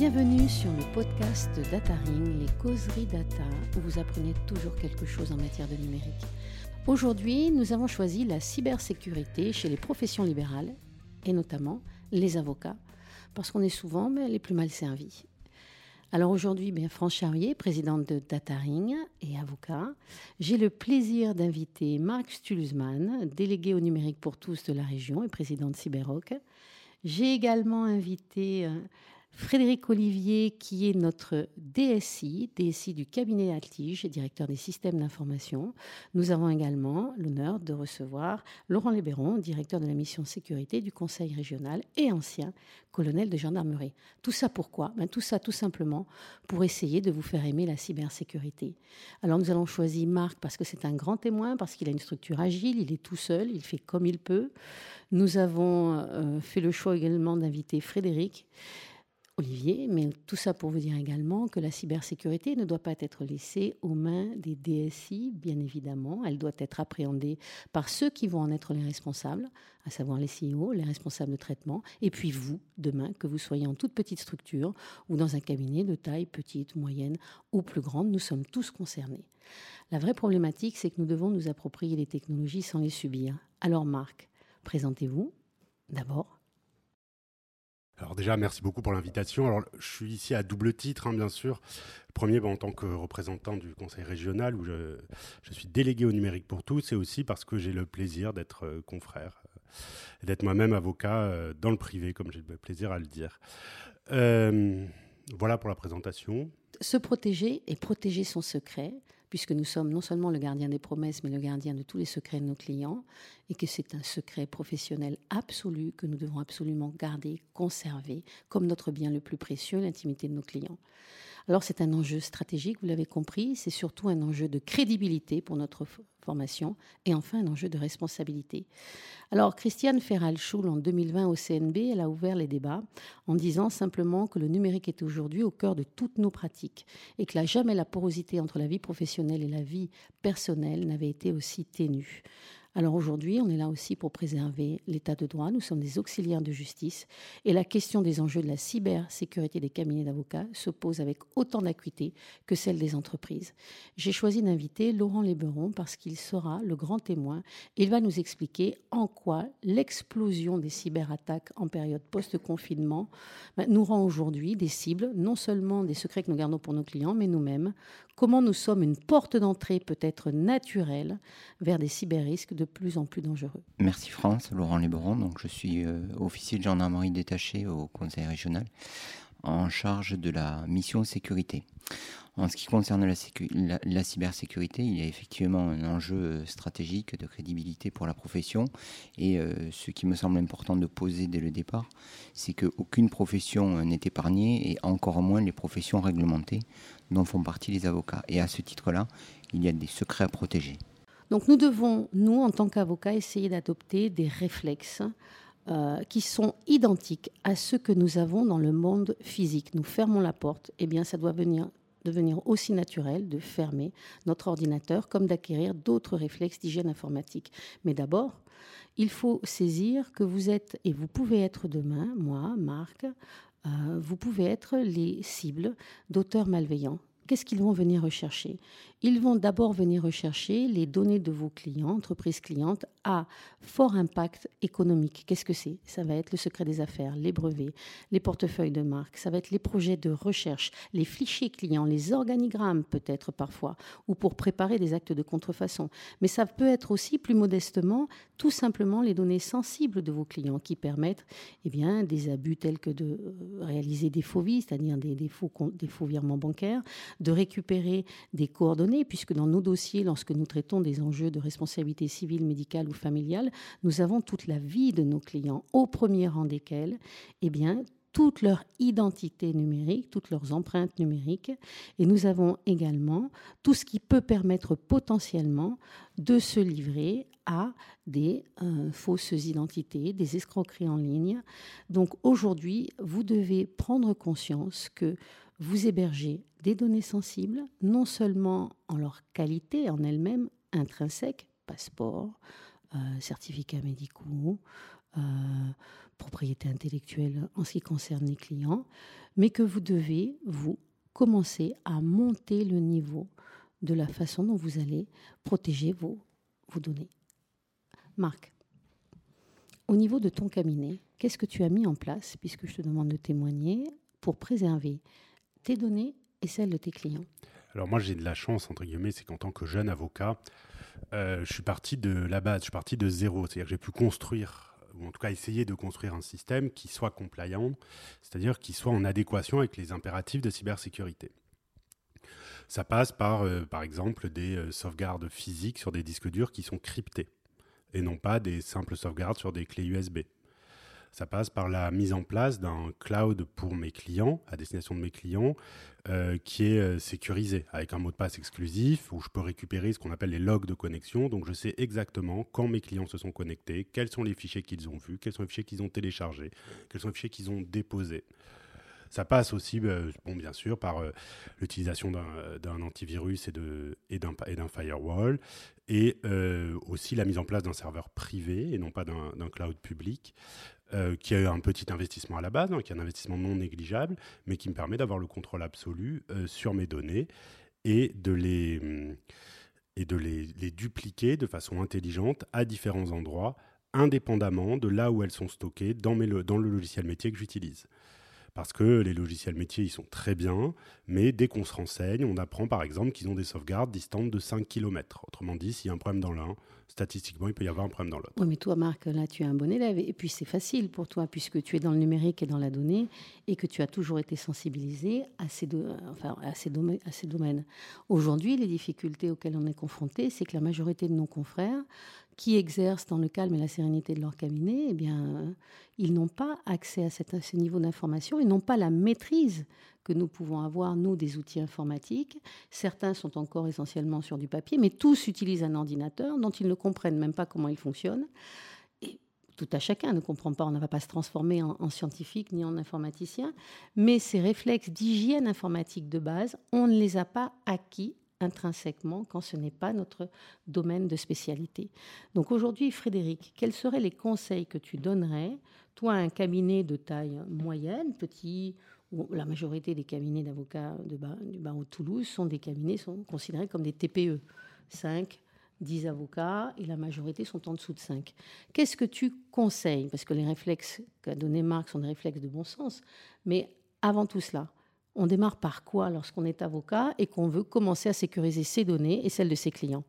Bienvenue sur le podcast Dataring, les causeries data, où vous apprenez toujours quelque chose en matière de numérique. Aujourd'hui, nous avons choisi la cybersécurité chez les professions libérales, et notamment les avocats, parce qu'on est souvent les plus mal servis. Alors aujourd'hui, France Charrier, présidente de Dataring et avocat, j'ai le plaisir d'inviter Marc Stulzmann, délégué au numérique pour tous de la région et président de Cyberrock. J'ai également invité Frédéric Olivier, qui est notre DSI du cabinet Altige et directeur des systèmes d'information. Nous avons également l'honneur de recevoir Laurent Lébéron, directeur de la mission sécurité du Conseil régional et ancien colonel de gendarmerie. Tout ça pourquoi ? Tout ça tout simplement pour essayer de vous faire aimer la cybersécurité. Alors nous allons choisir Marc parce que c'est un grand témoin, parce qu'il a une structure agile, il est tout seul, il fait comme il peut. Nous avons fait le choix également d'inviter Frédéric Olivier, mais tout ça pour vous dire également que la cybersécurité ne doit pas être laissée aux mains des DSI, bien évidemment. Elle doit être appréhendée par ceux qui vont en être les responsables, à savoir les CEO, les responsables de traitement, et puis vous, demain, que vous soyez en toute petite structure ou dans un cabinet de taille petite, moyenne ou plus grande, nous sommes tous concernés. La vraie problématique, c'est que nous devons nous approprier les technologies sans les subir. Alors Marc, présentez-vous d'abord. Alors déjà, merci beaucoup pour l'invitation. Alors, je suis ici à double titre, bien sûr. Premier, en tant que représentant du Conseil régional, où je suis délégué au numérique pour tous, et aussi parce que j'ai le plaisir d'être confrère, et d'être moi-même avocat dans le privé, comme j'ai le plaisir à le dire. Voilà pour la présentation. Se protéger et protéger son secret, puisque nous sommes non seulement le gardien des promesses, mais le gardien de tous les secrets de nos clients, et que c'est un secret professionnel absolu que nous devons absolument garder, conserver, comme notre bien le plus précieux, l'intimité de nos clients. Alors c'est un enjeu stratégique, vous l'avez compris, c'est surtout un enjeu de crédibilité pour notre formation, et enfin un enjeu de responsabilité. Alors Christiane Ferral-Schul, en 2020 au CNB, elle a ouvert les débats en disant simplement que le numérique est aujourd'hui au cœur de toutes nos pratiques et que jamais la porosité entre la vie professionnelle et la vie personnelle n'avait été aussi ténue. Alors aujourd'hui, on est là aussi pour préserver l'état de droit. Nous sommes des auxiliaires de justice et la question des enjeux de la cybersécurité des cabinets d'avocats se pose avec autant d'acuité que celle des entreprises. J'ai choisi d'inviter Laurent Lébéron parce qu'il sera le grand témoin. Il va nous expliquer en quoi l'explosion des cyberattaques en période post-confinement nous rend aujourd'hui des cibles, non seulement des secrets que nous gardons pour nos clients, mais nous-mêmes. Comment nous sommes une porte d'entrée peut-être naturelle vers des cyberrisques de plus en plus dangereux. Merci France, Laurent Lébéron. Donc je suis officier de gendarmerie détaché au Conseil régional en charge de la mission sécurité. En ce qui concerne la cybersécurité, il y a effectivement un enjeu stratégique de crédibilité pour la profession. Et ce qui me semble important de poser dès le départ, c'est qu'aucune profession n'est épargnée, et encore moins les professions réglementées dont font partie les avocats. Et à ce titre-là, il y a des secrets à protéger. Donc nous devons, nous, en tant qu'avocats, essayer d'adopter des réflexes qui sont identiques à ceux que nous avons dans le monde physique. Nous fermons la porte, ça doit devenir aussi naturel de fermer notre ordinateur comme d'acquérir d'autres réflexes d'hygiène informatique. Mais d'abord, il faut saisir que vous êtes, et vous pouvez être demain, moi, Marc, vous pouvez être les cibles d'auteurs malveillants. Qu'est-ce qu'ils vont venir rechercher ? Ils vont d'abord venir rechercher les données de vos clients, entreprises clientes, à fort impact économique. Qu'est-ce que c'est ? Ça va être le secret des affaires, les brevets, les portefeuilles de marque, ça va être les projets de recherche, les fichiers clients, les organigrammes peut-être parfois, ou pour préparer des actes de contrefaçon. Mais ça peut être aussi, plus modestement, tout simplement les données sensibles de vos clients qui permettent des abus tels que de réaliser des faux vis, c'est-à-dire des faux virements bancaires, de récupérer des coordonnées, puisque dans nos dossiers, lorsque nous traitons des enjeux de responsabilité civile, médicale ou familiale, nous avons toute la vie de nos clients, au premier rang desquels, toute leur identité numérique, toutes leurs empreintes numériques. Et nous avons également tout ce qui peut permettre potentiellement de se livrer à des fausses identités, des escroqueries en ligne. Donc aujourd'hui, vous devez prendre conscience que vous hébergez des données sensibles, non seulement en leur qualité en elles-mêmes, intrinsèque, passeport, certificats médicaux, propriété intellectuelle en ce qui concerne les clients, mais que vous devez, vous, commencer à monter le niveau de la façon dont vous allez protéger vos données. Marc, au niveau de ton cabinet, qu'est-ce que tu as mis en place, puisque je te demande de témoigner, pour préserver tes données et celles de tes clients? Alors moi, j'ai de la chance, entre guillemets, c'est qu'en tant que jeune avocat, je suis parti de la base, je suis parti de zéro. C'est-à-dire que j'ai pu construire, ou en tout cas essayer de construire un système qui soit compliant, c'est-à-dire qui soit en adéquation avec les impératifs de cybersécurité. Ça passe par exemple, des sauvegardes physiques sur des disques durs qui sont cryptés, et non pas des simples sauvegardes sur des clés USB. Ça passe par la mise en place d'un cloud pour mes clients, à destination de mes clients, qui est sécurisé, avec un mot de passe exclusif, où je peux récupérer ce qu'on appelle les logs de connexion. Donc je sais exactement quand mes clients se sont connectés, quels sont les fichiers qu'ils ont vus, quels sont les fichiers qu'ils ont téléchargés, quels sont les fichiers qu'ils ont déposés. Ça passe aussi, bien sûr, par l'utilisation d'un antivirus et d'un firewall, et aussi la mise en place d'un serveur privé et non pas d'un cloud public, qui a un petit investissement à la base, qui est un investissement non négligeable, mais qui me permet d'avoir le contrôle absolu sur mes données et de les dupliquer de façon intelligente à différents endroits, indépendamment de là où elles sont stockées dans le logiciel métier que j'utilise. Parce que les logiciels métiers, ils sont très bien, mais dès qu'on se renseigne, on apprend par exemple qu'ils ont des sauvegardes distantes de 5 km. Autrement dit, s'il y a un problème dans l'un, statistiquement, il peut y avoir un problème dans l'autre. Oui, mais toi, Marc, là, tu es un bon élève. Et puis, c'est facile pour toi, puisque tu es dans le numérique et dans la donnée, et que tu as toujours été sensibilisé à ces domaines. Aujourd'hui, les difficultés auxquelles on est confronté, c'est que la majorité de nos confrères qui exercent dans le calme et la sérénité de leur cabinet, eh bien, ils n'ont pas accès à ce niveau d'information, ils n'ont pas la maîtrise que nous pouvons avoir, nous, des outils informatiques. Certains sont encore essentiellement sur du papier, mais tous utilisent un ordinateur dont ils ne comprennent même pas comment il fonctionne. Et tout à chacun ne comprend pas, on ne va pas se transformer en scientifique ni en informaticien, mais ces réflexes d'hygiène informatique de base, on ne les a pas acquis intrinsèquement quand ce n'est pas notre domaine de spécialité. Donc aujourd'hui, Frédéric, quels seraient les conseils que tu donnerais, toi, un cabinet de taille moyenne, petit, où la majorité des cabinets d'avocats du barreau de Toulouse sont considérés comme des TPE, 5, 10 avocats, et la majorité sont en dessous de 5. Qu'est-ce que tu conseilles? Parce que les réflexes qu'a donné Marc sont des réflexes de bon sens, mais avant tout cela, on démarre par quoi lorsqu'on est avocat et qu'on veut commencer à sécuriser ses données et celles de ses clients?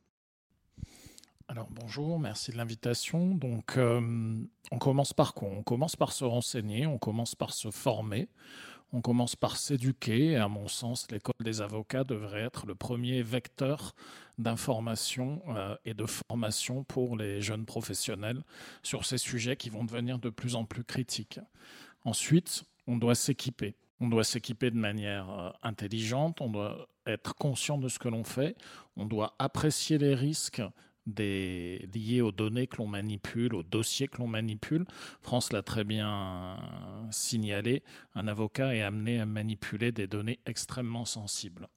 Alors bonjour, merci de l'invitation. Donc on commence par quoi? On commence par se renseigner, on commence par se former, on commence par s'éduquer. Et à mon sens, l'école des avocats devrait être le premier vecteur d'information et de formation pour les jeunes professionnels sur ces sujets qui vont devenir de plus en plus critiques. Ensuite, on doit s'équiper. On doit s'équiper de manière intelligente, on doit être conscient de ce que l'on fait, on doit apprécier les risques liés aux données que l'on manipule, aux dossiers que l'on manipule. France l'a très bien signalé, un avocat est amené à manipuler des données extrêmement sensibles.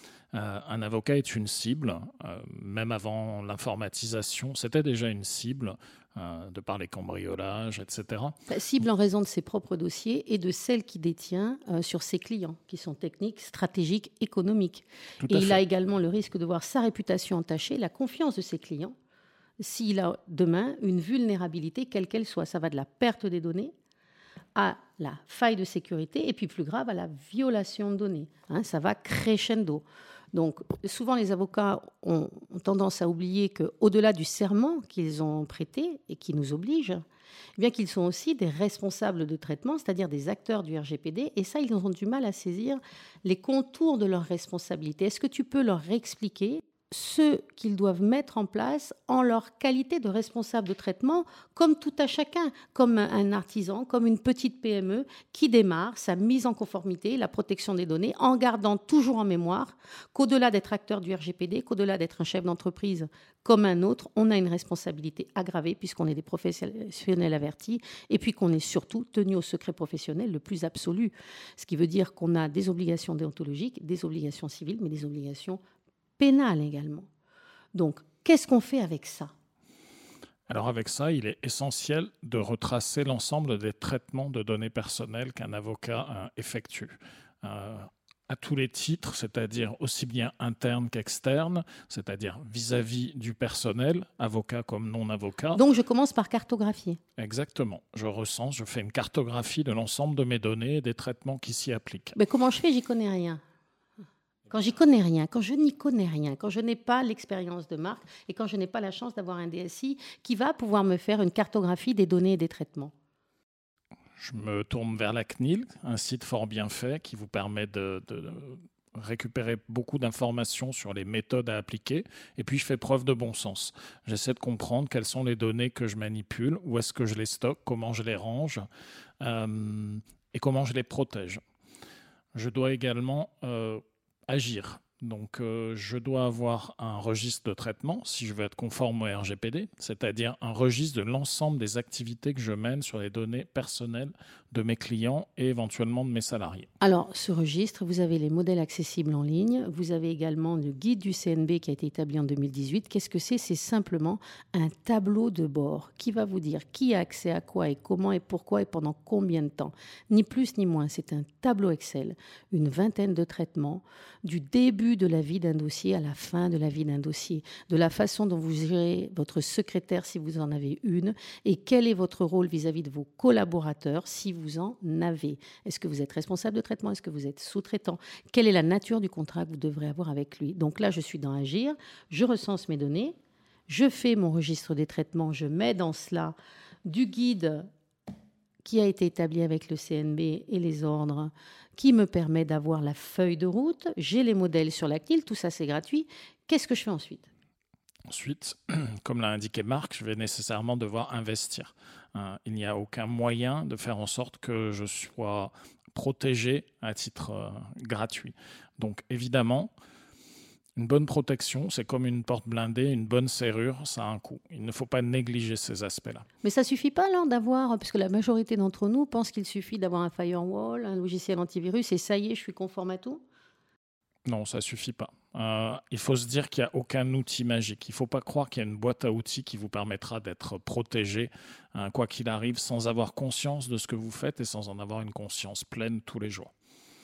Un avocat est une cible, même avant l'informatisation, c'était déjà une cible, de par les cambriolages, etc. Cible en raison de ses propres dossiers et de celles qu'il détient sur ses clients, qui sont techniques, stratégiques, économiques. Et il a également le risque de voir sa réputation entachée, la confiance de ses clients, s'il a demain une vulnérabilité, quelle qu'elle soit. Ça va de la perte des données à la faille de sécurité et puis plus grave à la violation de données. Ça va crescendo. Donc souvent les avocats ont tendance à oublier qu'au-delà du serment qu'ils ont prêté et qui nous oblige, eh bien qu'ils sont aussi des responsables de traitement, c'est-à-dire des acteurs du RGPD, et ça ils ont du mal à saisir les contours de leurs responsabilités. Est-ce que tu peux leur expliquer ce qu'ils doivent mettre en place en leur qualité de responsable de traitement, comme tout à chacun, comme un artisan, comme une petite PME qui démarre sa mise en conformité, la protection des données, en gardant toujours en mémoire qu'au-delà d'être acteur du RGPD, qu'au-delà d'être un chef d'entreprise comme un autre, on a une responsabilité aggravée puisqu'on est des professionnels avertis et puis qu'on est surtout tenu au secret professionnel le plus absolu. Ce qui veut dire qu'on a des obligations déontologiques, des obligations civiles, mais des obligations pénale également. Donc, qu'est-ce qu'on fait avec ça? Alors avec ça, il est essentiel de retracer l'ensemble des traitements de données personnelles qu'un avocat effectue. À tous les titres, c'est-à-dire aussi bien interne qu'externe, c'est-à-dire vis-à-vis du personnel, avocat comme non-avocat. Donc je commence par cartographier. Exactement. Je recense, je fais une cartographie de l'ensemble de mes données et des traitements qui s'y appliquent. Mais comment je fais? J'y connais rien. Quand j'y connais rien, quand je n'y connais rien, quand je n'ai pas l'expérience de marque et quand je n'ai pas la chance d'avoir un DSI qui va pouvoir me faire une cartographie des données et des traitements. Je me tourne vers la CNIL, un site fort bien fait qui vous permet de récupérer beaucoup d'informations sur les méthodes à appliquer. Et puis, je fais preuve de bon sens. J'essaie de comprendre quelles sont les données que je manipule, où est-ce que je les stocke, comment je les range et comment je les protège. Je dois également agir. Donc, je dois avoir un registre de traitement si je veux être conforme au RGPD, c'est-à-dire un registre de l'ensemble des activités que je mène sur les données personnelles de mes clients et éventuellement de mes salariés. Alors, ce registre, vous avez les modèles accessibles en ligne, vous avez également le guide du CNB qui a été établi en 2018. Qu'est-ce que c'est? C'est simplement un tableau de bord qui va vous dire qui a accès à quoi et comment et pourquoi et pendant combien de temps. Ni plus ni moins, c'est un tableau Excel, une vingtaine de traitements, du début de la vie d'un dossier à la fin de la vie d'un dossier, de la façon dont vous gérez votre secrétaire si vous en avez une et quel est votre rôle vis-à-vis de vos collaborateurs si vous en avez. Est-ce que vous êtes responsable de traitement? Est-ce que vous êtes sous-traitant? Quelle est la nature du contrat que vous devrez avoir avec lui? Donc là, je suis dans Agir, je recense mes données, je fais mon registre des traitements, je mets dans cela du guide qui a été établi avec le CNB et les ordres, qui me permet d'avoir la feuille de route. J'ai les modèles sur la CNIL, tout ça c'est gratuit. Qu'est-ce que je fais ensuite? Ensuite, comme l'a indiqué Marc, je vais nécessairement devoir investir. Il n'y a aucun moyen de faire en sorte que je sois protégé à titre gratuit. Donc évidemment, une bonne protection, c'est comme une porte blindée, une bonne serrure, ça a un coût. Il ne faut pas négliger ces aspects-là. Mais ça ne suffit pas là d'avoir, parce que la majorité d'entre nous pensent qu'il suffit d'avoir un firewall, un logiciel antivirus et ça y est, je suis conforme à tout. Non, ça ne suffit pas. Il faut se dire qu'il n'y a aucun outil magique. Il ne faut pas croire qu'il y a une boîte à outils qui vous permettra d'être protégé, quoi qu'il arrive, sans avoir conscience de ce que vous faites et sans en avoir une conscience pleine tous les jours.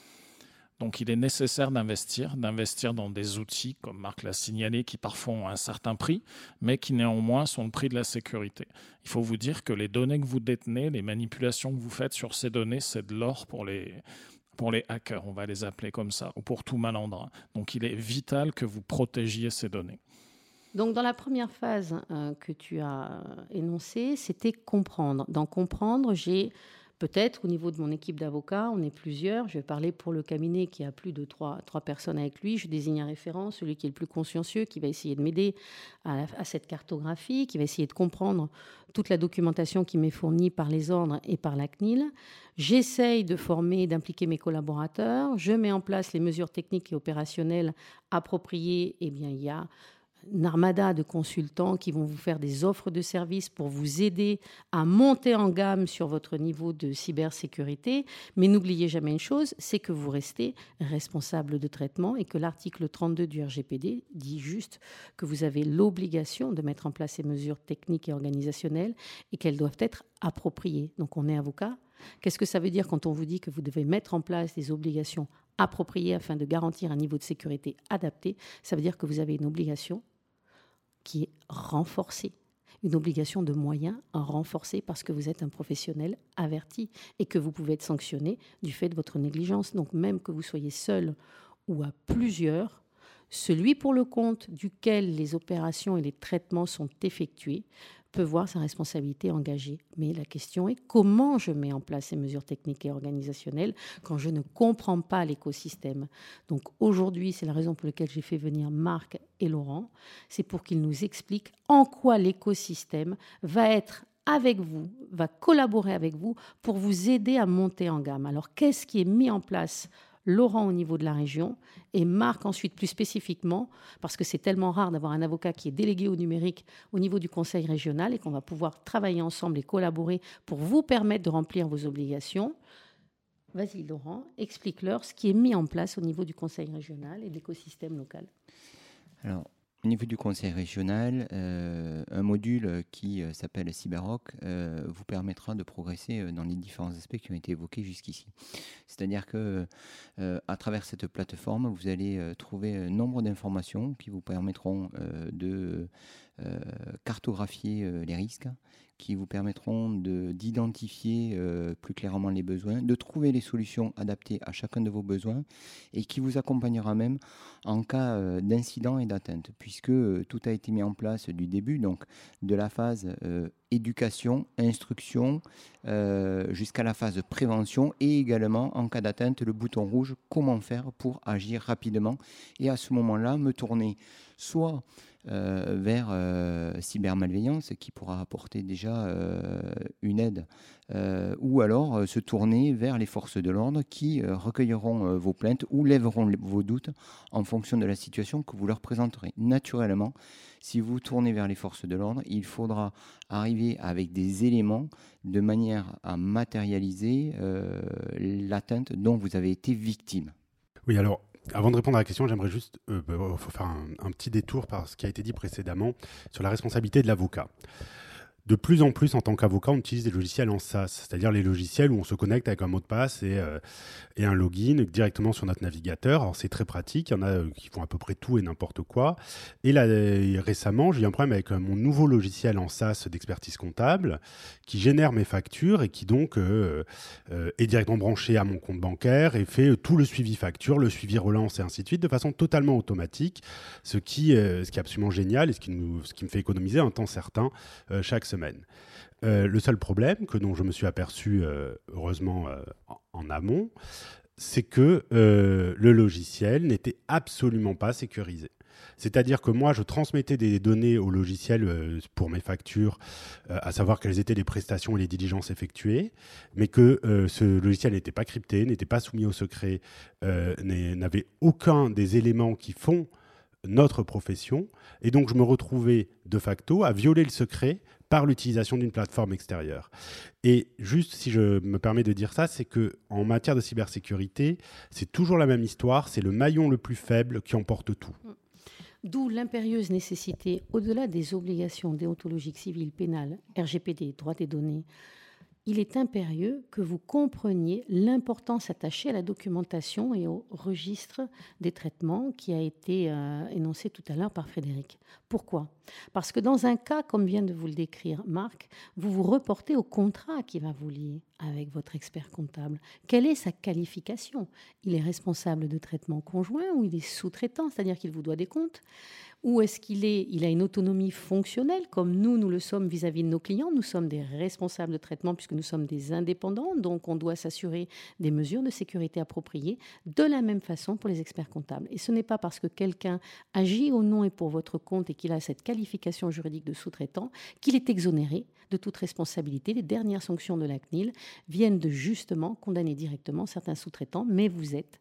Donc il est nécessaire d'investir dans des outils, comme Marc l'a signalé, qui parfois ont un certain prix, mais qui néanmoins sont le prix de la sécurité. Il faut vous dire que les données que vous détenez, les manipulations que vous faites sur ces données, c'est de l'or pour les hackers, on va les appeler comme ça, ou pour tout malandrin. Donc il est vital que vous protégiez ces données. Donc dans la première phase que tu as énoncée, c'était comprendre. Dans comprendre, j'ai peut-être au niveau de mon équipe d'avocats, on est plusieurs. Je vais parler pour le cabinet qui a plus de 3 personnes avec lui. Je désigne un référent, celui qui est le plus consciencieux, qui va essayer de m'aider à cette cartographie, qui va essayer de comprendre toute la documentation qui m'est fournie par les ordres et par la CNIL. J'essaye de former et d'impliquer mes collaborateurs. Je mets en place les mesures techniques et opérationnelles appropriées. Eh bien, il y a une armada de consultants qui vont vous faire des offres de services pour vous aider à monter en gamme sur votre niveau de cybersécurité. Mais n'oubliez jamais une chose, c'est que vous restez responsable de traitement et que l'article 32 du RGPD dit juste que vous avez l'obligation de mettre en place ces mesures techniques et organisationnelles et qu'elles doivent être appropriées. Donc on est avocat. Qu'est-ce que ça veut dire quand on vous dit que vous devez mettre en place des obligations appropriées afin de garantir un niveau de sécurité adapté? Ça veut dire que vous avez une obligation qui est renforcée, une obligation de moyens renforcée parce que vous êtes un professionnel averti et que vous pouvez être sanctionné du fait de votre négligence. Donc même que vous soyez seul ou à plusieurs, celui pour le compte duquel les opérations et les traitements sont effectués peut voir sa responsabilité engagée. Mais la question est comment je mets en place ces mesures techniques et organisationnelles quand je ne comprends pas l'écosystème. Donc aujourd'hui, c'est la raison pour laquelle j'ai fait venir Marc et Laurent. C'est pour qu'ils nous expliquent en quoi l'écosystème va être avec vous, va collaborer avec vous pour vous aider à monter en gamme. Alors qu'est-ce qui est mis en place ? Laurent au niveau de la région et Marc ensuite plus spécifiquement, parce que c'est tellement rare d'avoir un avocat qui est délégué au numérique au niveau du conseil régional et qu'on va pouvoir travailler ensemble et collaborer pour vous permettre de remplir vos obligations. Vas-y Laurent, explique-leur ce qui est mis en place au niveau du conseil régional et de l'écosystème local. Alors, Au niveau du conseil régional, un module qui s'appelle CyberRock vous permettra de progresser dans les différents aspects qui ont été évoqués jusqu'ici. C'est-à-dire que à travers cette plateforme, vous allez trouver nombre d'informations qui vous permettront de cartographier les risques, qui vous permettront d'identifier plus clairement les besoins, de trouver les solutions adaptées à chacun de vos besoins et qui vous accompagnera même en cas d'incident et d'atteinte, puisque tout a été mis en place du début, donc de la phase éducation, instruction, jusqu'à la phase prévention et également en cas d'atteinte, le bouton rouge, comment faire pour agir rapidement et à ce moment-là me tourner soit vers cybermalveillance qui pourra apporter déjà une aide ou alors se tourner vers les forces de l'ordre qui recueilleront vos plaintes ou lèveront vos doutes en fonction de la situation que vous leur présenterez. Naturellement, si vous tournez vers les forces de l'ordre, il faudra arriver avec des éléments de manière à matérialiser l'atteinte dont vous avez été victime. Oui, alors, avant de répondre à la question, j'aimerais juste faut faire un petit détour par ce qui a été dit précédemment sur la responsabilité de l'avocat. De plus en plus, en tant qu'avocat, on utilise des logiciels en SaaS, c'est-à-dire les logiciels où on se connecte avec un mot de passe et un login directement sur notre navigateur. Alors, c'est très pratique. Il y en a qui font à peu près tout et n'importe quoi. Et là, récemment, j'ai eu un problème avec mon nouveau logiciel en SaaS d'expertise comptable qui génère mes factures et qui donc est directement branché à mon compte bancaire et fait tout le suivi facture, le suivi relance et ainsi de suite de façon totalement automatique, ce qui est absolument génial et ce qui me fait économiser un temps certain chaque semaine. Le seul problème dont je me suis aperçu heureusement en amont, c'est que le logiciel n'était absolument pas sécurisé. C'est-à-dire que moi, je transmettais des données au logiciel pour mes factures, à savoir quelles étaient les prestations et les diligences effectuées, mais que ce logiciel n'était pas crypté, n'était pas soumis au secret, n'avait aucun des éléments qui font notre profession. Et donc, je me retrouvais de facto à violer le secret par l'utilisation d'une plateforme extérieure. Et juste, si je me permets de dire ça, c'est qu'en matière de cybersécurité, c'est toujours la même histoire, c'est le maillon le plus faible qui emporte tout. D'où l'impérieuse nécessité, au-delà des obligations déontologiques civiles, pénales, RGPD, droit des données, il est impérieux que vous compreniez l'importance attachée à la documentation et au registre des traitements qui a été énoncé tout à l'heure par Frédéric. Pourquoi ? Parce que dans un cas, comme vient de vous le décrire Marc, vous vous reportez au contrat qui va vous lier avec votre expert comptable. Quelle est sa qualification ? Il est responsable de traitement conjoint ou il est sous-traitant, c'est-à-dire qu'il vous doit des comptes ? Ou est-ce il a une autonomie fonctionnelle, comme nous le sommes vis-à-vis de nos clients ? Nous sommes des responsables de traitement puisque nous sommes des indépendants, donc on doit s'assurer des mesures de sécurité appropriées de la même façon pour les experts comptables. Et ce n'est pas parce que quelqu'un agit au nom et pour votre compte et qu'il a cette qualification juridique de sous-traitant qu'il est exonéré de toute responsabilité. Les dernières sanctions de la CNIL viennent de justement condamner directement certains sous-traitants, mais vous êtes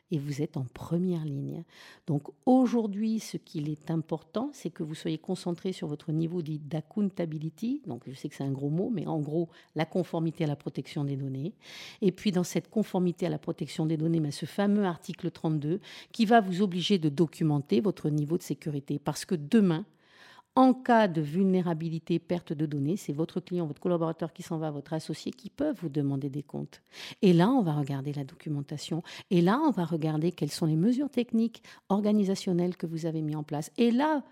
en première ligne. Donc aujourd'hui, ce qu'il est important, c'est que vous soyez concentré sur votre niveau dit d'accountability. Donc je sais que c'est un gros mot, mais en gros, la conformité à la protection des données. Et puis dans cette conformité à la protection des données, ce fameux article 32 qui va vous obliger de documenter votre niveau de sécurité. Parce que demain, en cas de vulnérabilité, perte de données, c'est votre client, votre collaborateur qui s'en va, votre associé qui peuvent vous demander des comptes. Et là, on va regarder la documentation. Et là, on va regarder quelles sont les mesures techniques, organisationnelles que vous avez mises en place. Et là,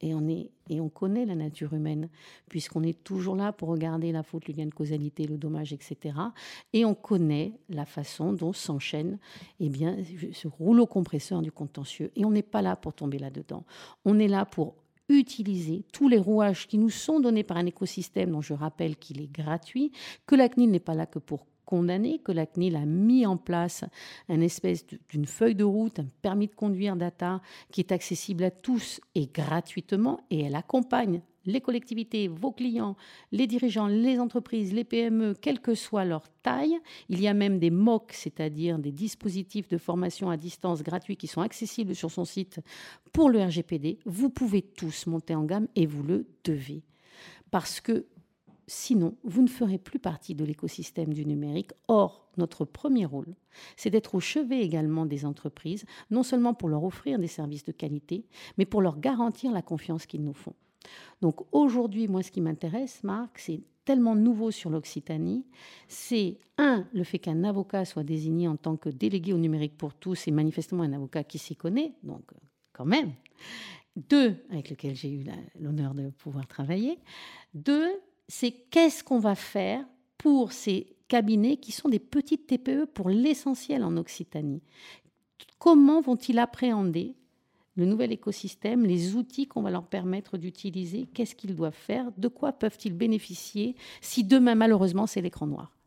on connaît la nature humaine, puisqu'on est toujours là pour regarder la faute, le lien de causalité, le dommage, etc. Et on connaît la façon dont s'enchaîne ce rouleau compresseur du contentieux. Et on n'est pas là pour tomber là-dedans. On est là pour utiliser tous les rouages qui nous sont donnés par un écosystème dont je rappelle qu'il est gratuit, que la CNIL n'est pas là que pour condamner, que la CNIL a mis en place une espèce d'une feuille de route, un permis de conduire data qui est accessible à tous et gratuitement, et elle accompagne les collectivités, vos clients, les dirigeants, les entreprises, les PME, quelle que soit leur taille. Il y a même des MOOC, c'est-à-dire des dispositifs de formation à distance gratuits qui sont accessibles sur son site pour le RGPD. Vous pouvez tous monter en gamme et vous le devez. Parce que sinon, vous ne ferez plus partie de l'écosystème du numérique. Or, notre premier rôle, c'est d'être au chevet également des entreprises, non seulement pour leur offrir des services de qualité, mais pour leur garantir la confiance qu'ils nous font. Donc aujourd'hui, moi, ce qui m'intéresse, Marc, c'est tellement nouveau sur l'Occitanie, c'est le fait qu'un avocat soit désigné en tant que délégué au numérique pour tous, et manifestement un avocat qui s'y connaît, donc quand même. 2, avec lequel j'ai eu l'honneur de pouvoir travailler. 2, c'est qu'est-ce qu'on va faire pour ces cabinets qui sont des petites TPE pour l'essentiel en Occitanie. Comment vont-ils appréhender le nouvel écosystème, les outils qu'on va leur permettre d'utiliser, qu'est-ce qu'ils doivent faire, de quoi peuvent-ils bénéficier si demain, malheureusement, c'est l'écran noir?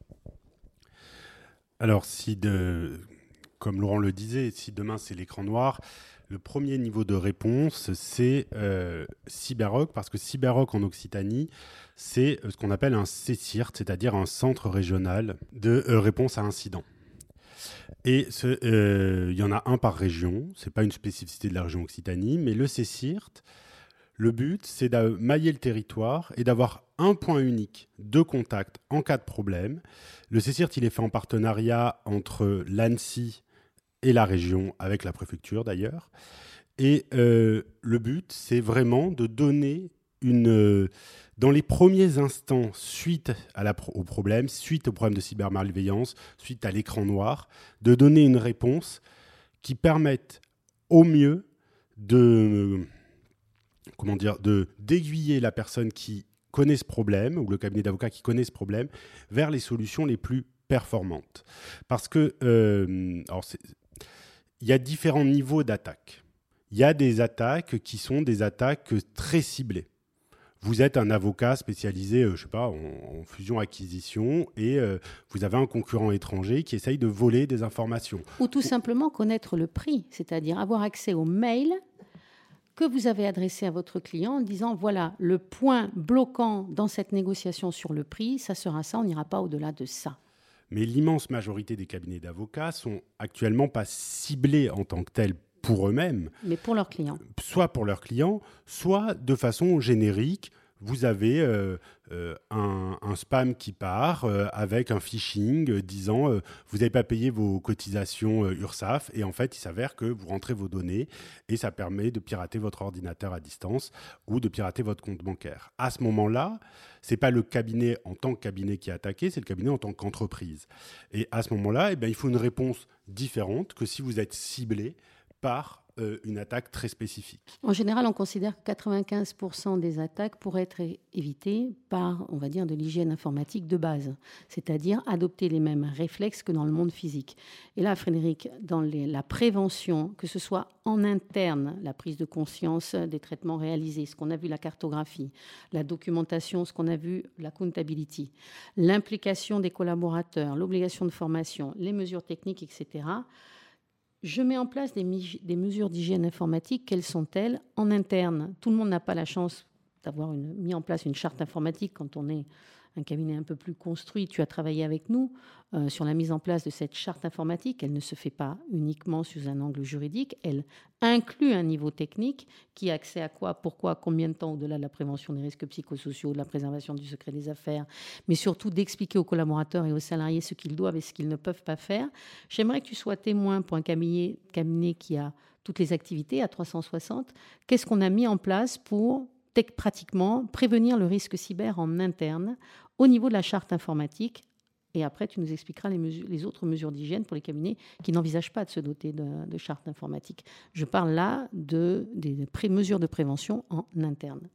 Alors, comme Laurent le disait, si demain c'est l'écran noir, le premier niveau de réponse, c'est Cyberroc, parce que Cyberroc en Occitanie, c'est ce qu'on appelle un CSIRT, c'est-à-dire un centre régional de réponse à incidents. Et il y en a un par région, ce n'est pas une spécificité de la région Occitanie, mais le CSIRT, le but, c'est de mailler le territoire et d'avoir un point unique de contact en cas de problème. Le CSIRT, il est fait en partenariat entre l'ANSSI et la région, avec la préfecture d'ailleurs. Et le but, c'est vraiment de donner dans les premiers instants, suite au problème de cybermalveillance, suite à l'écran noir, de donner une réponse qui permette au mieux d'aiguiller la personne qui connaît ce problème, ou le cabinet d'avocats qui connaît ce problème, vers les solutions les plus performantes. Parce que il y a différents niveaux d'attaque. Il y a des attaques qui sont des attaques très ciblées. Vous êtes un avocat spécialisé, en fusion-acquisition, et vous avez un concurrent étranger qui essaye de voler des informations. Ou tout simplement connaître le prix, c'est-à-dire avoir accès aux mails que vous avez adressés à votre client en disant, voilà, le point bloquant dans cette négociation sur le prix, ça sera ça, on n'ira pas au-delà de ça. Mais l'immense majorité des cabinets d'avocats sont actuellement pas ciblés en tant que tels pour eux-mêmes. Mais pour leurs clients. Soit pour leurs clients, soit de façon générique. Vous avez un spam qui part avec un phishing disant vous n'avez pas payé vos cotisations URSSAF, et en fait il s'avère que vous rentrez vos données et ça permet de pirater votre ordinateur à distance ou de pirater votre compte bancaire. À ce moment-là, ce n'est pas le cabinet en tant que cabinet qui est attaqué, c'est le cabinet en tant qu'entreprise. Et à ce moment-là, il faut une réponse différente que si vous êtes ciblé par une attaque très spécifique. En général, on considère que 95% des attaques pourraient être évitées par, on va dire, de l'hygiène informatique de base, c'est-à-dire adopter les mêmes réflexes que dans le monde physique. Et là, Frédéric, dans la prévention, que ce soit en interne, la prise de conscience des traitements réalisés, ce qu'on a vu, la cartographie, la documentation, ce qu'on a vu, la accountability, l'implication des collaborateurs, l'obligation de formation, les mesures techniques, etc., je mets en place des mesures d'hygiène informatique. Quelles sont-elles? En interne, tout le monde n'a pas la chance d'avoir mis en place une charte informatique quand on est un cabinet un peu plus construit. Tu as travaillé avec nous sur la mise en place de cette charte informatique. Elle ne se fait pas uniquement sous un angle juridique. Elle inclut un niveau technique qui a accès à quoi, pourquoi, combien de temps au-delà de la prévention des risques psychosociaux, de la préservation du secret des affaires, mais surtout d'expliquer aux collaborateurs et aux salariés ce qu'ils doivent et ce qu'ils ne peuvent pas faire. J'aimerais que tu sois témoin pour un cabinet qui a toutes les activités à 360. Qu'est-ce qu'on a mis en place pour pratiquement prévenir le risque cyber en interne au niveau de la charte informatique? Et après, tu nous expliqueras les autres mesures d'hygiène pour les cabinets qui n'envisagent pas de se doter de charte informatique. Je parle là des mesures de prévention en interne.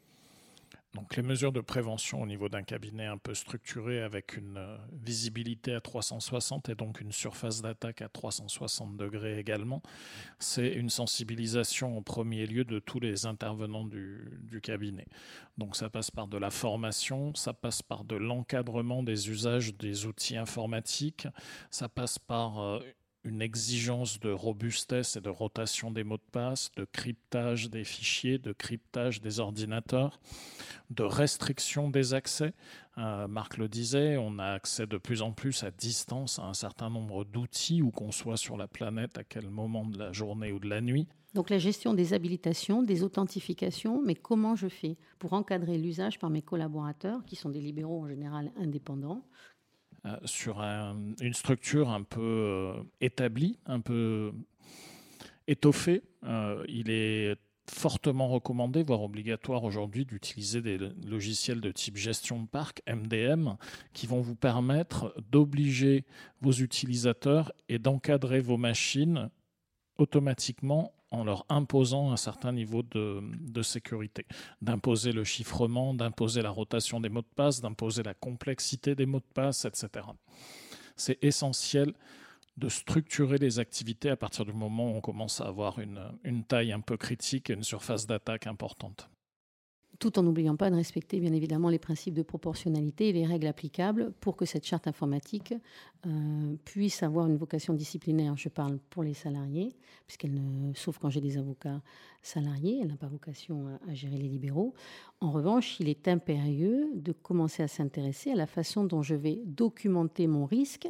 Donc les mesures de prévention au niveau d'un cabinet un peu structuré avec une visibilité à 360 et donc une surface d'attaque à 360 degrés également, c'est une sensibilisation en premier lieu de tous les intervenants du cabinet. Donc ça passe par de la formation, ça passe par de l'encadrement des usages des outils informatiques, ça passe par une exigence de robustesse et de rotation des mots de passe, de cryptage des fichiers, de cryptage des ordinateurs, de restriction des accès. Marc le disait, on a accès de plus en plus à distance à un certain nombre d'outils, où qu'on soit sur la planète, à quel moment de la journée ou de la nuit. Donc la gestion des habilitations, des authentifications, mais comment je fais pour encadrer l'usage par mes collaborateurs, qui sont des libéraux en général indépendants, sur une structure un peu établie, un peu étoffée. Il est fortement recommandé, voire obligatoire aujourd'hui, d'utiliser des logiciels de type gestion de parc, MDM, qui vont vous permettre d'obliger vos utilisateurs et d'encadrer vos machines automatiquement en leur imposant un certain niveau de sécurité, d'imposer le chiffrement, d'imposer la rotation des mots de passe, d'imposer la complexité des mots de passe, etc. C'est essentiel de structurer les activités à partir du moment où on commence à avoir une taille un peu critique et une surface d'attaque importante. Tout en n'oubliant pas de respecter bien évidemment les principes de proportionnalité et les règles applicables pour que cette charte informatique puisse avoir une vocation disciplinaire. Je parle pour les salariés, sauf quand j'ai des avocats salariés, elle n'a pas vocation à gérer les libéraux. En revanche, il est impérieux de commencer à s'intéresser à la façon dont je vais documenter mon risque,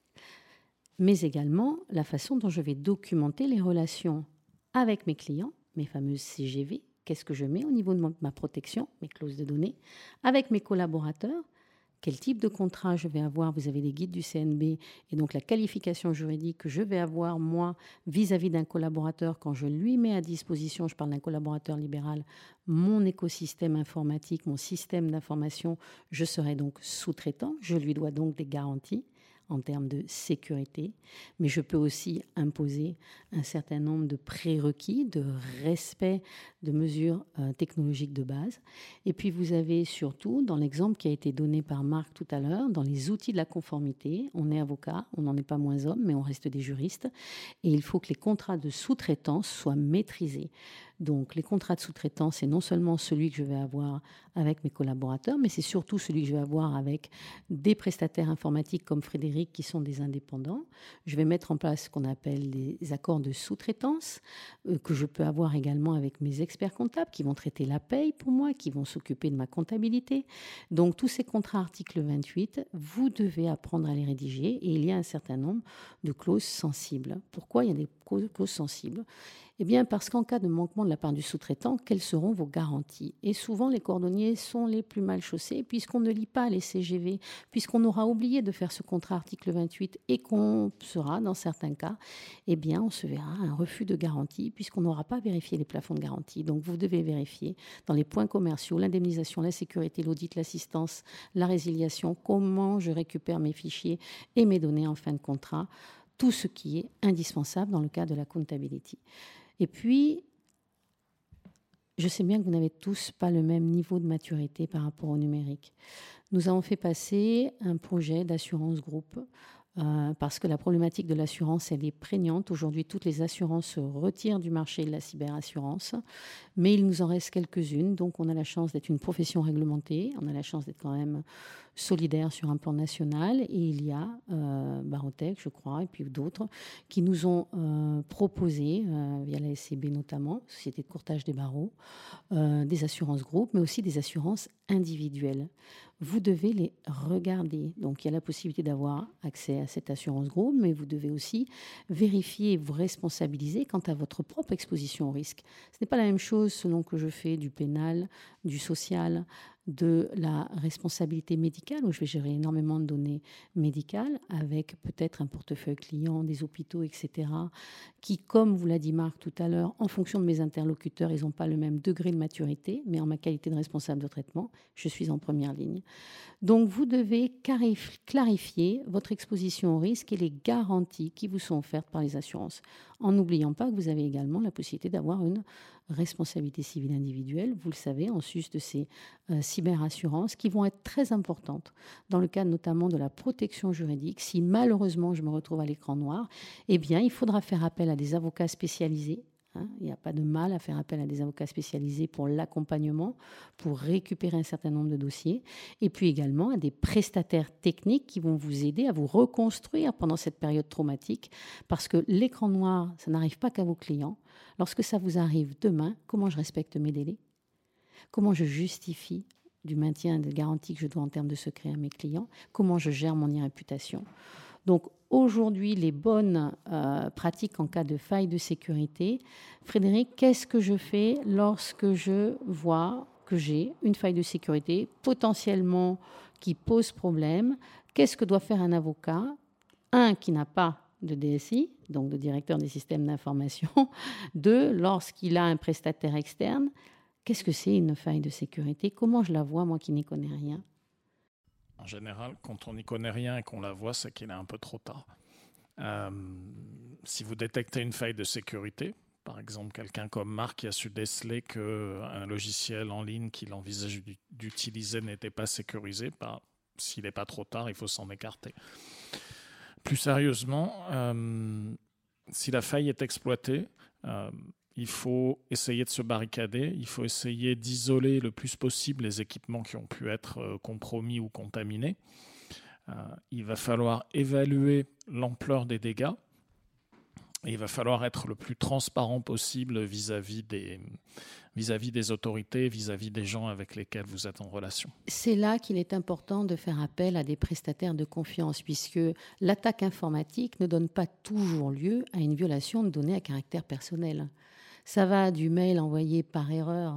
mais également la façon dont je vais documenter les relations avec mes clients, mes fameuses CGV. Qu'est-ce que je mets au niveau de ma protection, mes clauses de données, avec mes collaborateurs, quel type de contrat je vais avoir. Vous avez les guides du CNB et donc la qualification juridique que je vais avoir, moi, vis-à-vis d'un collaborateur quand je lui mets à disposition, je parle d'un collaborateur libéral, mon écosystème informatique, mon système d'information, je serai donc sous-traitant, je lui dois donc des garanties en termes de sécurité, mais je peux aussi imposer un certain nombre de prérequis, de respect de mesures technologiques de base. Et puis vous avez surtout, dans l'exemple qui a été donné par Marc tout à l'heure, dans les outils de la conformité, on est avocat, on n'en est pas moins homme, mais on reste des juristes, et il faut que les contrats de sous-traitance soient maîtrisés. Donc, les contrats de sous-traitance, c'est non seulement celui que je vais avoir avec mes collaborateurs, mais c'est surtout celui que je vais avoir avec des prestataires informatiques comme Frédéric, qui sont des indépendants. Je vais mettre en place ce qu'on appelle des accords de sous-traitance, que je peux avoir également avec mes experts comptables, qui vont traiter la paye pour moi, qui vont s'occuper de ma comptabilité. Donc, tous ces contrats article 28, vous devez apprendre à les rédiger, et il y a un certain nombre de clauses sensibles. Pourquoi il y a des clauses sensibles ? Eh bien, parce qu'en cas de manquement de la part du sous-traitant, quelles seront vos garanties ? Et souvent, les cordonniers sont les plus mal chaussés, puisqu'on ne lit pas les CGV, puisqu'on aura oublié de faire ce contrat article 28 et qu'on sera, dans certains cas, eh bien, on se verra un refus de garantie, puisqu'on n'aura pas vérifié les plafonds de garantie. Donc, vous devez vérifier dans les points commerciaux, l'indemnisation, la sécurité, l'audit, l'assistance, la résiliation, comment je récupère mes fichiers et mes données en fin de contrat, tout ce qui est indispensable dans le cas de la accountability. Et puis, je sais bien que vous n'avez tous pas le même niveau de maturité par rapport au numérique. Nous avons fait passer un projet d'assurance groupe parce que la problématique de l'assurance, elle est prégnante. Aujourd'hui, toutes les assurances se retirent du marché de la cyberassurance, mais il nous en reste quelques-unes. Donc, on a la chance d'être une profession réglementée, on a la chance d'être quand même solidaire sur un plan national. Et il y a Barotech, je crois, et puis d'autres, qui nous ont proposé, via la SCB notamment, Société de courtage des barreaux, des assurances groupes, mais aussi des assurances individuelles. Vous devez les regarder. Donc, il y a la possibilité d'avoir accès à cette assurance groupe, mais vous devez aussi vérifier et vous responsabiliser quant à votre propre exposition au risque. Ce n'est pas la même chose selon que je fais du pénal, du social, de la responsabilité médicale, où je vais gérer énormément de données médicales, avec peut-être un portefeuille client, des hôpitaux, etc., qui, comme vous l'a dit Marc tout à l'heure, en fonction de mes interlocuteurs, ils n'ont pas le même degré de maturité, mais en ma qualité de responsable de traitement, je suis en première ligne. Donc, vous devez clarifier votre exposition au risque et les garanties qui vous sont offertes par les assurances, en n'oubliant pas que vous avez également la possibilité d'avoir une responsabilité civile individuelle, vous le savez, en sus de ces cyberassurances qui vont être très importantes dans le cadre notamment de la protection juridique. Si malheureusement je me retrouve à l'écran noir, eh bien il faudra faire appel à des avocats spécialisés Il n'y a pas de mal à faire appel à des avocats spécialisés pour l'accompagnement, pour récupérer un certain nombre de dossiers. Et puis également à des prestataires techniques qui vont vous aider à vous reconstruire pendant cette période traumatique. Parce que l'écran noir, ça n'arrive pas qu'à vos clients. Lorsque ça vous arrive demain, comment je respecte mes délais ? Comment je justifie du maintien des garanties que je dois en termes de secret à mes clients? Comment je gère mon irréputation? Donc aujourd'hui, les bonnes pratiques en cas de faille de sécurité. Frédéric, qu'est-ce que je fais lorsque je vois que j'ai une faille de sécurité potentiellement qui pose problème? Qu'est-ce que doit faire un avocat? Un, qui n'a pas de DSI, donc de directeur des systèmes d'information. Deux, lorsqu'il a un prestataire externe. Qu'est-ce que c'est une faille de sécurité? Comment je la vois, moi qui n'y connais rien? En général, quand on n'y connaît rien et qu'on la voit, c'est qu'il est un peu trop tard. Si vous détectez une faille de sécurité, par exemple quelqu'un comme Marc qui a su déceler qu'un logiciel en ligne qu'il envisage d'utiliser n'était pas sécurisé, s'il n'est pas trop tard, il faut s'en écarter. Plus sérieusement, si la faille est exploitée, il faut essayer de se barricader, il faut essayer d'isoler le plus possible les équipements qui ont pu être compromis ou contaminés. Il va falloir évaluer l'ampleur des dégâts et il va falloir être le plus transparent possible vis-à-vis des autorités, vis-à-vis des gens avec lesquels vous êtes en relation. C'est là qu'il est important de faire appel à des prestataires de confiance, puisque l'attaque informatique ne donne pas toujours lieu à une violation de données à caractère personnel. Ça va du mail envoyé par erreur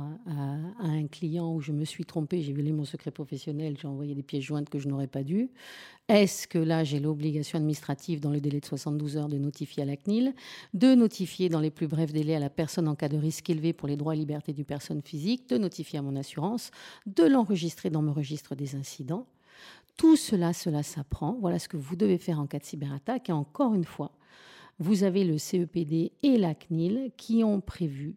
à un client où je me suis trompée, j'ai violé mon secret professionnel, j'ai envoyé des pièces jointes que je n'aurais pas dû. Est-ce que là, j'ai l'obligation administrative dans le délai de 72 heures de notifier à la CNIL, de notifier dans les plus brefs délais à la personne en cas de risque élevé pour les droits et libertés d'une personne physique, de notifier à mon assurance, de l'enregistrer dans mon registre des incidents? Tout cela s'apprend. Voilà ce que vous devez faire en cas de cyberattaque. Et encore une fois, vous avez le CEPD et la CNIL qui ont prévu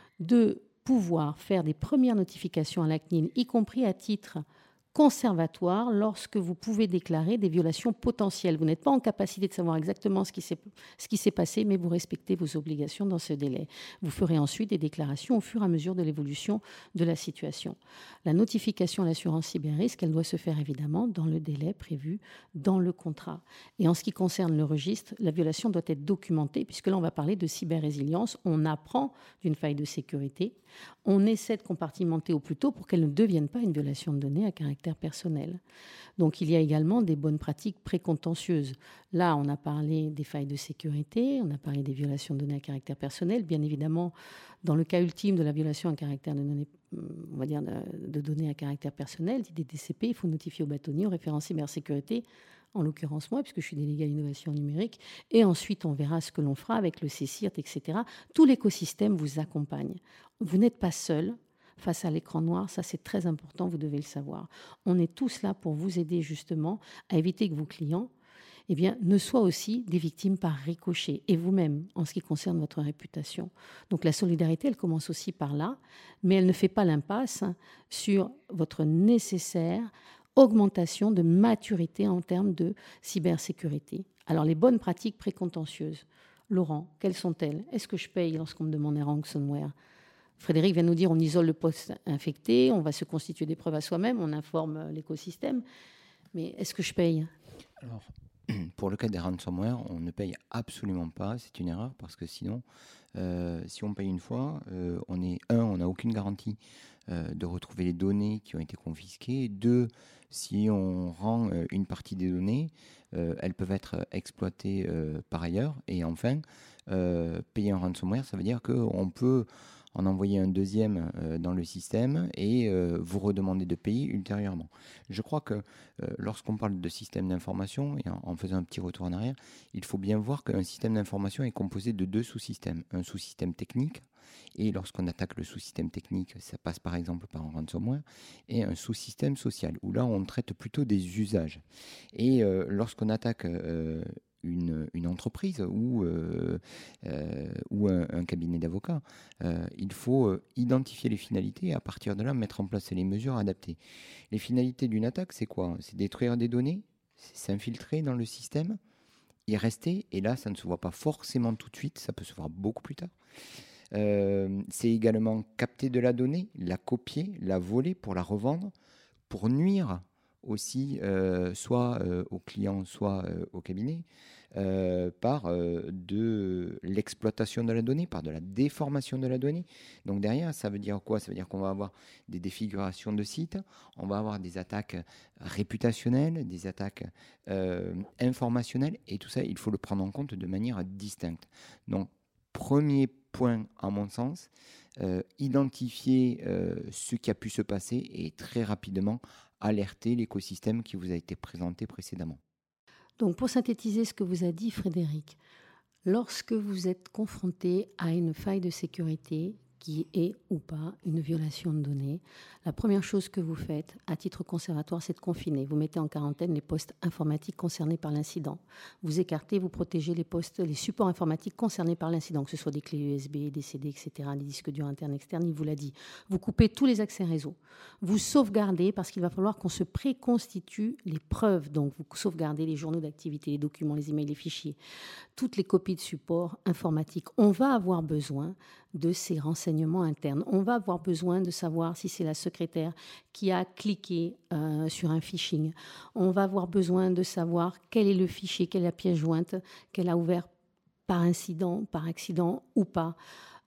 de pouvoir faire des premières notifications à la CNIL, y compris à titre conservatoire, lorsque vous pouvez déclarer des violations potentielles. Vous n'êtes pas en capacité de savoir exactement ce qui s'est passé, mais vous respectez vos obligations dans ce délai. Vous ferez ensuite des déclarations au fur et à mesure de l'évolution de la situation. La notification à l'assurance cyber-risque, elle doit se faire évidemment dans le délai prévu dans le contrat. Et en ce qui concerne le registre, la violation doit être documentée, puisque là, on va parler de cyber-résilience. On apprend d'une faille de sécurité. On essaie de compartimenter au plus tôt pour qu'elle ne devienne pas une violation de données à caractère personnel. Donc, il y a également des bonnes pratiques précontentieuses. Là, on a parlé des failles de sécurité, on a parlé des violations de données à caractère personnel. Bien évidemment, dans le cas ultime de la violation à caractère de données, on va dire de données à caractère personnel, des DCP, il faut notifier au bâtonnier, au référent cybersécurité, en l'occurrence moi, puisque je suis déléguée à l'innovation numérique, et ensuite on verra ce que l'on fera avec le CSIRT, etc. Tout l'écosystème vous accompagne. Vous n'êtes pas seul face à l'écran noir, ça c'est très important, vous devez le savoir. On est tous là pour vous aider justement à éviter que vos clients ne soient aussi des victimes par ricochet, et vous-même, en ce qui concerne votre réputation. Donc la solidarité, elle commence aussi par là, mais elle ne fait pas l'impasse sur votre nécessaire augmentation de maturité en termes de cybersécurité. Alors, les bonnes pratiques précontentieuses. Laurent, quelles sont-elles? Est-ce que je paye lorsqu'on me demande un ransomware? Frédéric vient nous dire on isole le poste infecté, on va se constituer des preuves à soi-même, on informe l'écosystème. Mais est-ce que je paye? Alors, pour le cas des ransomware, on ne paye absolument pas. C'est une erreur parce que sinon, si on paye une fois, on n'a aucune garantie de retrouver les données qui ont été confisquées. Deux, si on rend une partie des données, elles peuvent être exploitées par ailleurs. Et enfin, payer un ransomware, ça veut dire qu'on peut en envoyer un deuxième dans le système et vous redemander de payer ultérieurement. Je crois que lorsqu'on parle de système d'information, et en faisant un petit retour en arrière, il faut bien voir qu'un système d'information est composé de deux sous-systèmes. Un sous-système technique, et lorsqu'on attaque le sous-système technique, ça passe par exemple par un ransomware, et un sous-système social, où là on traite plutôt des usages. Et lorsqu'on attaque une entreprise ou un cabinet d'avocats, il faut identifier les finalités et à partir de là mettre en place les mesures adaptées. Les finalités d'une attaque, c'est quoi? C'est détruire des données, c'est s'infiltrer dans le système, y rester, et là ça ne se voit pas forcément tout de suite, ça peut se voir beaucoup plus tard. C'est également capter de la donnée, la copier, la voler pour la revendre, pour nuire aussi soit au client, soit au cabinet, par de l'exploitation de la donnée, par de la déformation de la donnée. Donc derrière, ça veut dire quoi? Ça veut dire qu'on va avoir des défigurations de sites, on va avoir des attaques réputationnelles, des attaques informationnelles, et tout ça, il faut le prendre en compte de manière distincte. Donc, premier point, à mon sens, identifier ce qui a pu se passer et très rapidement alerter l'écosystème qui vous a été présenté précédemment. Donc, pour synthétiser ce que vous a dit Frédéric, lorsque vous êtes confronté à une faille de sécurité qui est ou pas une violation de données, la première chose que vous faites à titre conservatoire, c'est de confiner. Vous mettez en quarantaine les postes informatiques concernés par l'incident. Vous écartez, vous protégez les supports informatiques concernés par l'incident, que ce soit des clés USB, des CD, etc., des disques durs internes, externes, il vous l'a dit. Vous coupez tous les accès réseau. Vous sauvegardez, parce qu'il va falloir qu'on se préconstitue les preuves. Donc, vous sauvegardez les journaux d'activité, les documents, les emails, les fichiers, toutes les copies de supports informatiques. On va avoir besoin de ces renseignements internes. On va avoir besoin de savoir si c'est la secrétaire qui a cliqué sur un phishing. On va avoir besoin de savoir quel est le fichier, quelle est la pièce jointe qu'elle a ouvert par incident, par accident ou pas.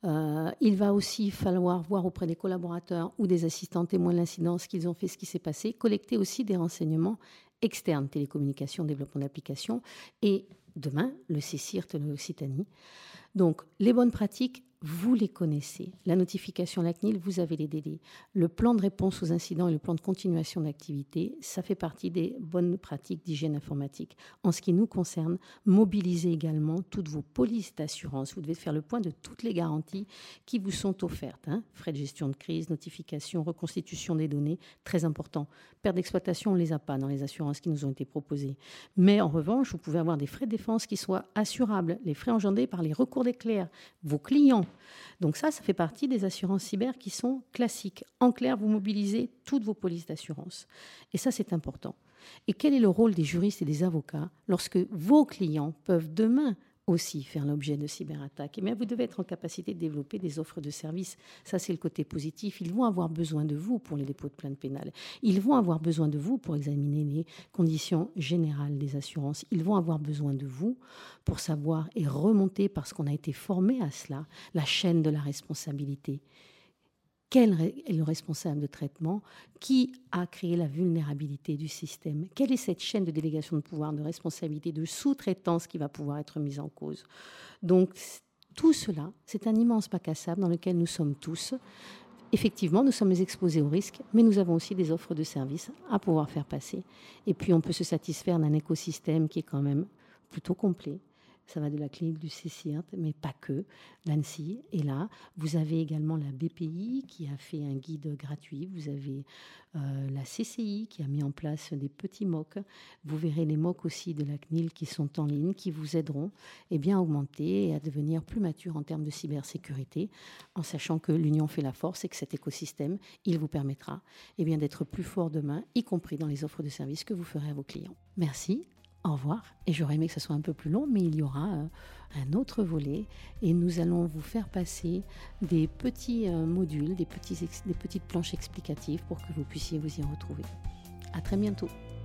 Il va aussi falloir voir auprès des collaborateurs ou des assistants témoins de l'incident ce qu'ils ont fait, ce qui s'est passé. Collecter aussi des renseignements externes, télécommunications, développement d'applications et demain, le CSIRT, le Occitanie. Donc, les bonnes pratiques, vous les connaissez. La notification à la CNIL, vous avez les délais. Le plan de réponse aux incidents et le plan de continuation d'activité, ça fait partie des bonnes pratiques d'hygiène informatique. En ce qui nous concerne, mobilisez également toutes vos polices d'assurance. Vous devez faire le point de toutes les garanties qui vous sont offertes. Frais de gestion de crise, notification, reconstitution des données, très important. Perte d'exploitation, on ne les a pas dans les assurances qui nous ont été proposées. Mais en revanche, vous pouvez avoir des frais de défense qui soient assurables, les frais engendrés par les recours des clercs, vos clients. Donc ça fait partie des assurances cyber qui sont classiques. En clair, vous mobilisez toutes vos polices d'assurance. Et ça, c'est important. Et quel est le rôle des juristes et des avocats lorsque vos clients peuvent demain aussi faire l'objet de cyberattaques? Eh bien, vous devez être en capacité de développer des offres de services. Ça, c'est le côté positif. Ils vont avoir besoin de vous pour les dépôts de plainte pénale. Ils vont avoir besoin de vous pour examiner les conditions générales des assurances. Ils vont avoir besoin de vous pour savoir et remonter, parce qu'on a été formé à cela, la chaîne de la responsabilité. Quel est le responsable de traitement? Qui a créé la vulnérabilité du système? Quelle est cette chaîne de délégation de pouvoir, de responsabilité, de sous-traitance qui va pouvoir être mise en cause? Donc, tout cela, c'est un immense bac à sable dans lequel nous sommes tous. Effectivement, nous sommes exposés au risque, mais nous avons aussi des offres de services à pouvoir faire passer. Et puis, on peut se satisfaire d'un écosystème qui est quand même plutôt complet. Ça va de la clinique du CSIRT, mais pas que. L'ANSSI est là. Vous avez également la BPI qui a fait un guide gratuit. Vous avez la CCI qui a mis en place des petits MOOC. Vous verrez les MOOC aussi de la CNIL qui sont en ligne, qui vous aideront à augmenter et à devenir plus mature en termes de cybersécurité, en sachant que l'union fait la force et que cet écosystème, il vous permettra d'être plus fort demain, y compris dans les offres de services que vous ferez à vos clients. Merci. Au revoir. Et j'aurais aimé que ce soit un peu plus long, mais il y aura un autre volet et nous allons vous faire passer des petits modules, des petites planches explicatives pour que vous puissiez vous y retrouver. À très bientôt.